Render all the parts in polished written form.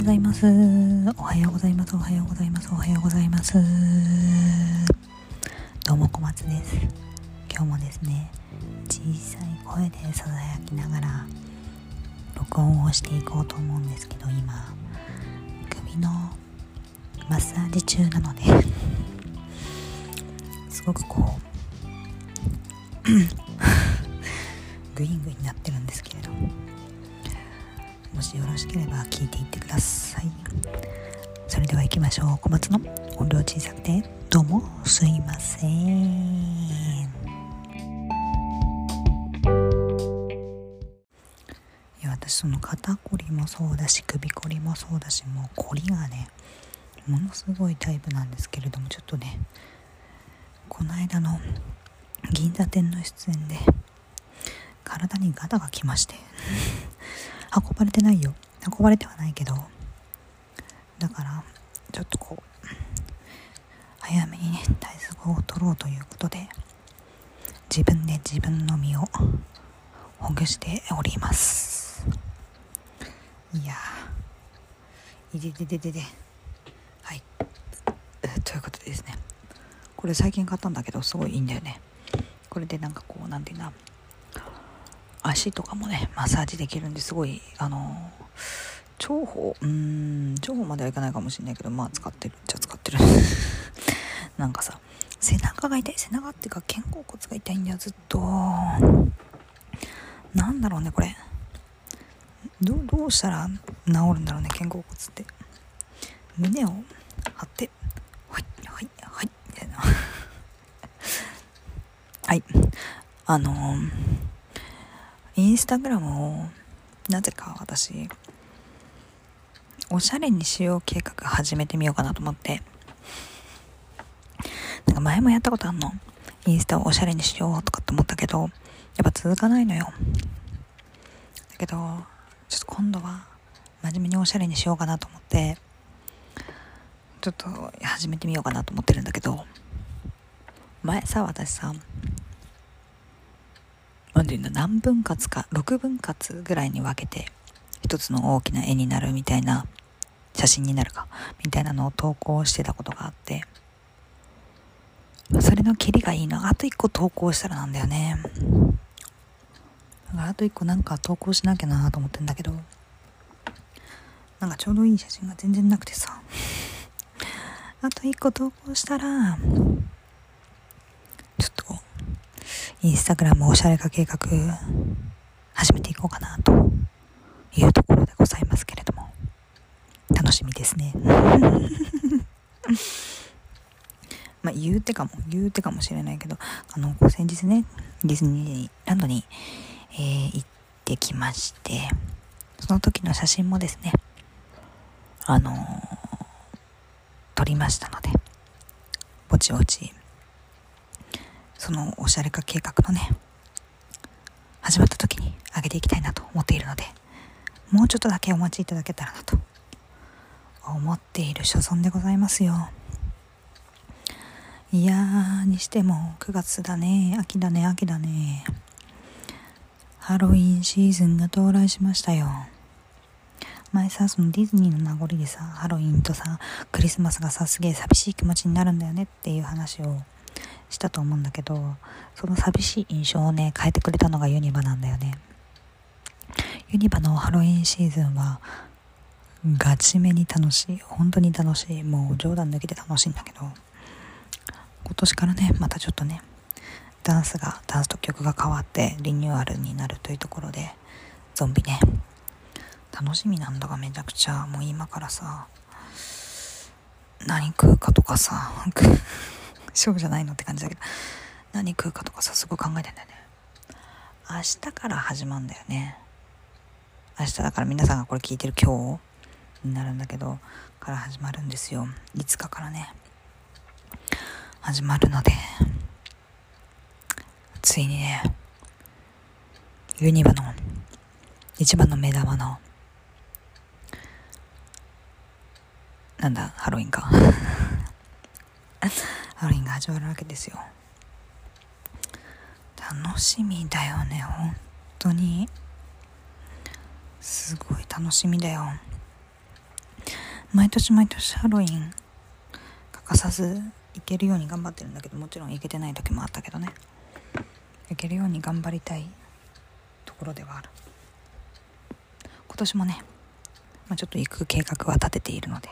ざいます。おはようございます。おはようございます。おはようございます。どうも小松です。今日もですね、小さい声でささやきながら録音をしていこうと思うんですけど、今首のマッサージ中なのですごくこうグイングインになってるんですけれど、もしよろしければ聞いていってください。それでは行きましょう。小松の音量小さくてどうもすいません。いや、私その肩こりもそうだし首こりもそうだし、もうこりがねものすごいタイプなんですけれども、ちょっとねこの間の銀座店の出演で体にガタが来まして運ばれてないよ、運ばれてはないけど、だからちょっとこう早めにね対策を取ろうということで、自分で自分の身をほぐしております。いやー、はい、ということでですね、これ最近買ったんだけどすごいいいんだよね。これでなんかこうなんていうな、足とかもねマッサージできるんで、すごい重宝まではいかないかもしれないけど、まあ使ってるっちゃ使ってるなんかさ、背中が痛い、背中っていうか肩甲骨が痛いんだよずっと。なんだろうねこれ、どうしたら治るんだろうね、肩甲骨って。胸を張ってはいはいはいみたいなはいインスタグラムをなぜか私おしゃれにしよう計画始めてみようかなと思って、なんか前もやったことあんの、インスタをおしゃれにしようとかって思ったけどやっぱ続かないのよ。だけどちょっと今度は真面目におしゃれにしようかなと思って、ちょっと始めてみようかなと思ってるんだけど、前さ私さなんていうんだ、何分割か6分割ぐらいに分けて一つの大きな絵になるみたいな、写真になるかみたいなのを投稿してたことがあって、それのキリがいいの、あと1個投稿したらなんだよね。だからあと1個なんか投稿しなきゃなと思ってんだけど、なんかちょうどいい写真が全然なくてさ、あと1個投稿したらちょっとインスタグラムおしゃれ化計画始めていこうかなというところでございますけれども、楽しみですねまあ言うてかもしれないけど、先日ねディズニーランドに、行ってきまして、その時の写真もですね撮りましたので、ぼちぼちそのおしゃれ化計画のね始まった時に上げていきたいなと思っているので、もうちょっとだけお待ちいただけたらなと思っている所存でございますよ。いやー、にしても9月だね、秋だね。ハロウィンシーズンが到来しましたよ。前さ、そのディズニーの名残でさ、ハロウィンとさクリスマスがさすげえ寂しい気持ちになるんだよねっていう話をしたと思うんだけど、その寂しい印象をね変えてくれたのがユニバなんだよね。ユニバのハロウィンシーズンはガチめに楽しい、本当に楽しい、もう冗談抜きで楽しいんだけど、今年からねまたちょっとねダンスと曲が変わってリニューアルになるというところで、ゾンビね楽しみなんだがめちゃくちゃ、もう今からさ何食うかとかさショーじゃないのって感じだけど、何食うかとかさすごい考えてんだよね。明日から始まるんだよね。明日だから皆さんがこれ聞いてる今日になるんだけどから始まるんですよ。5日からね始まるので、ついにねユニバの一番の目玉のハロウィンかハロウィンが始まるわけですよ。楽しみだよね、本当にすごい楽しみだよ。 毎年ハロウィン欠かさず行けるように頑張ってるんだけど、もちろん行けてない時もあったけどね、行けるように頑張りたいところではある。今年もね、ちょっと行く計画は立てているので、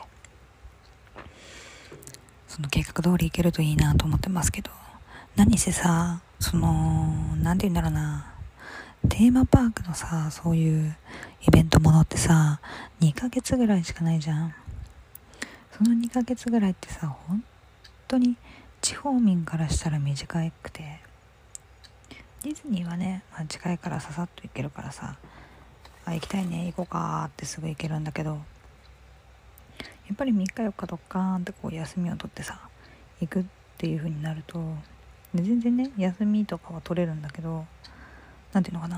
その計画通り行けるといいなと思ってますけど、何せさ、なんて言うんだろうな、テーマパークのさ、そういうイベントものってさ、2ヶ月ぐらいしかないじゃん。その2ヶ月ぐらいってさ、本当に地方民からしたら短くて、ディズニーはね、近いからささっと行けるからさ、行きたいね、行こうかってすぐ行けるんだけど、やっぱり3日4日ドッカーンってこう休みを取ってさ行くっていう風になると、全然ね休みとかは取れるんだけど、なんていうのかな、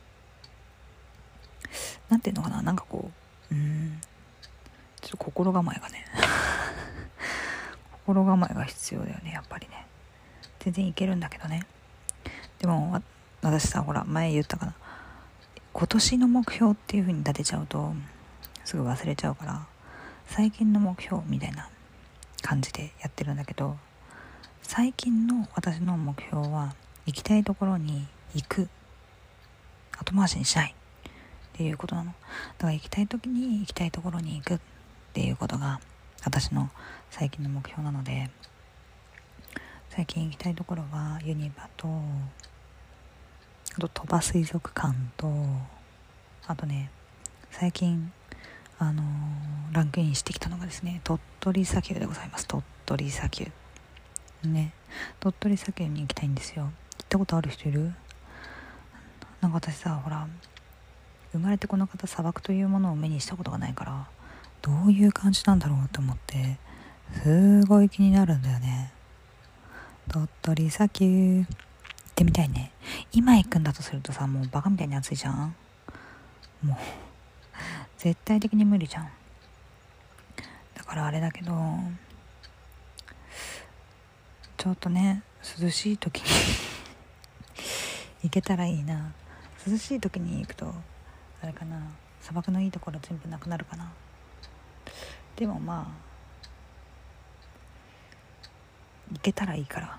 なんかこう、ちょっと心構えがね心構えが必要だよね、やっぱりね。全然いけるんだけどね。でも私さ、ほら前言ったかな、今年の目標っていう風に立てちゃうとすぐ忘れちゃうから、最近の目標みたいな感じでやってるんだけど、最近の私の目標は行きたいところに行く、後回しにしないっていうことなの。だから行きたい時に行きたいところに行くっていうことが私の最近の目標なので、最近行きたいところはユニバと、あと鳥羽水族館と、あとね最近ランクインしてきたのがですね、鳥取砂丘でございます。鳥取砂丘ね、鳥取砂丘に行きたいんですよ。行ったことある人いる？なんか私さ、ほら生まれてこの方砂漠というものを目にしたことがないから、どういう感じなんだろうと思ってすごい気になるんだよね。鳥取砂丘行ってみたいね。今行くんだとするとさ、もうバカみたいに暑いじゃん。もう絶対的に無理じゃん。だからあれだけど、ちょっとね涼しい時に行けたらいいな。涼しい時に行くとあれかな、砂漠のいいところ全部なくなるかな。でも行けたらいいから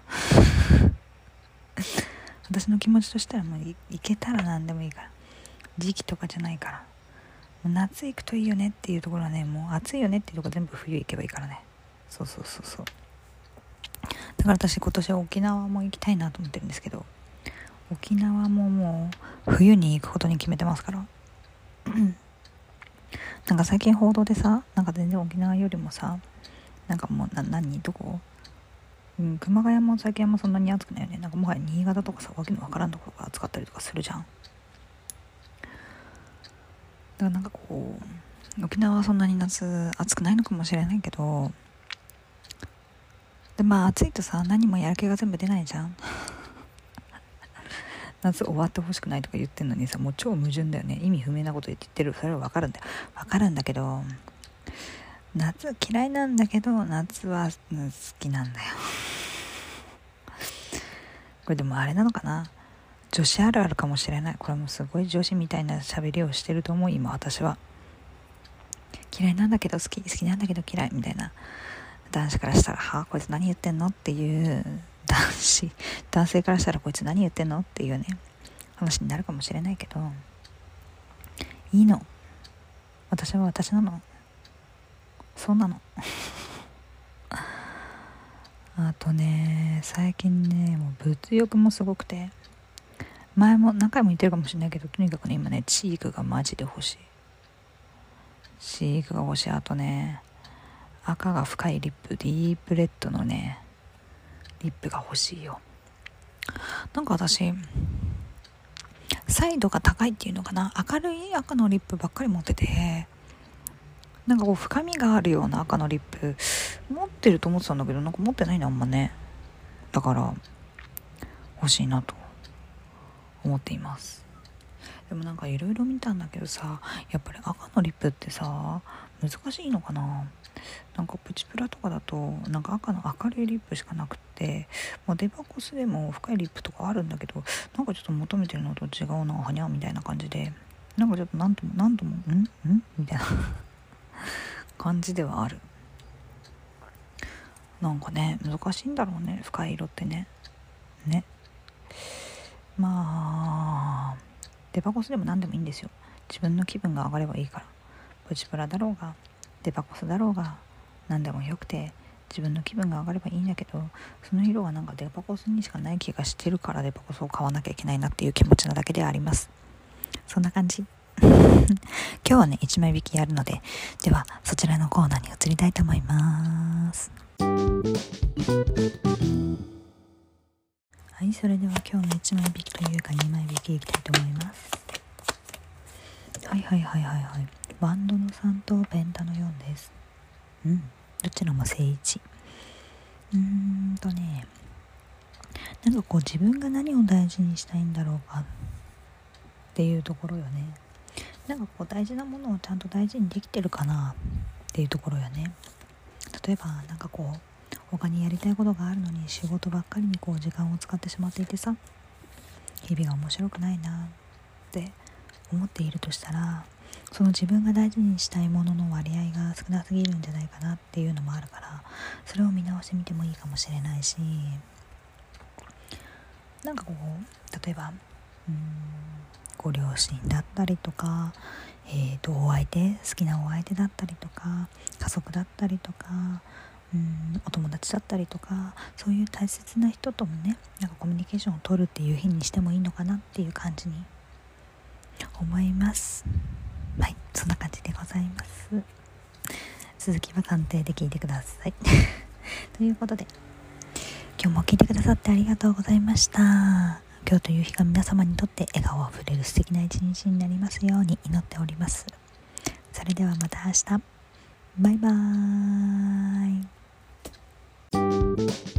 私の気持ちとしたらもう行けたら何でもいいから、時期とかじゃないから。もう夏行くといいよねっていうところはね、もう暑いよねっていうところ全部冬行けばいいからね。そうだから私今年は沖縄も行きたいなと思ってるんですけど、沖縄ももう冬に行くことに決めてますからなんか最近報道でさ、なんか全然沖縄よりもさ、なんかもうどこ、熊谷も最近もそんなに暑くないよね。なんかもはや新潟とかさ、わけのわからんところが暑かったりとかするじゃん。だからなんかこう沖縄はそんなに夏暑くないのかもしれないけど、で暑いとさ、何もやる気が全部出ないじゃん夏終わってほしくないとか言ってんのにさ、もう超矛盾だよね。意味不明なこと言ってる。それは分かるんだけど、夏嫌いなんだけど夏は好きなんだよこれでもあれなのかな、女子あるあるかもしれない。これもすごい女子みたいな喋りをしてると思う。今私は嫌いなんだけど好きなんだけど嫌いみたいな、男子からしたらこいつ何言ってんのっていう、男性からしたらこいつ何言ってんのっていうね話になるかもしれないけど、いいの、私は私なの、そうなのあとね、最近ねもう物欲もすごくて、前も何回も言ってるかもしれないけど、とにかくね今ねチークがマジで欲しい。チークが欲しい。あとね赤が深いリップ、ディープレッドのねリップが欲しいよ。なんか私サイドが高いっていうのかな、明るい赤のリップばっかり持ってて、なんかこう深みがあるような赤のリップ持ってると思ってたんだけど、なんか持ってないなあんまね。だから欲しいなと思っています。でもなんかいろいろ見たんだけどさ、やっぱり赤のリップってさ難しいのかな。なんかプチプラとかだとなんか赤の明るいリップしかなくて、デパコスでも深いリップとかあるんだけど、なんかちょっと求めてるのと違うなはにゃみたいな感じで、なんかちょっとなんともみたいな感じではある。なんかね、難しいんだろうね、深い色ってね。まあデパコスでも何でもいいんですよ。自分の気分が上がればいいから。プチプラだろうがデパコスだろうが何でもよくて、自分の気分が上がればいいんだけど、その色はなんかデパコスにしかない気がしてるから、デパコスを買わなきゃいけないなっていう気持ちなだけではあります。そんな感じ。今日はね1枚引きやるので、ではそちらのコーナーに移りたいと思います。はい、それでは今日の1枚引きというか2枚引きいきたいと思います。はいバンドの3とペンタの4です。どちらも正位置。なんかこう自分が何を大事にしたいんだろうかっていうところよね。なんかこう大事なものをちゃんと大事にできてるかなっていうところよね。例えばなんかこう他にやりたいことがあるのに仕事ばっかりにこう時間を使ってしまっていてさ、日々が面白くないなって思っているとしたら、その自分が大事にしたいものの割合が少なすぎるんじゃないかなっていうのもあるから、それを見直してみてもいいかもしれないし、なんかこう例えばご両親だったりとか、お相手、好きなお相手だったりとか、家族だったりとか、お友達だったりとか、そういう大切な人ともね、なんかコミュニケーションを取るっていう日にしてもいいのかなっていう感じに思います。はい、そんな感じでございます。続きは鑑定で聞いてくださいということで、今日も聞いてくださってありがとうございました。今日という日が皆様にとって笑顔あふれる素敵な一日になりますように祈っております。それではまた明日。バイバーイ。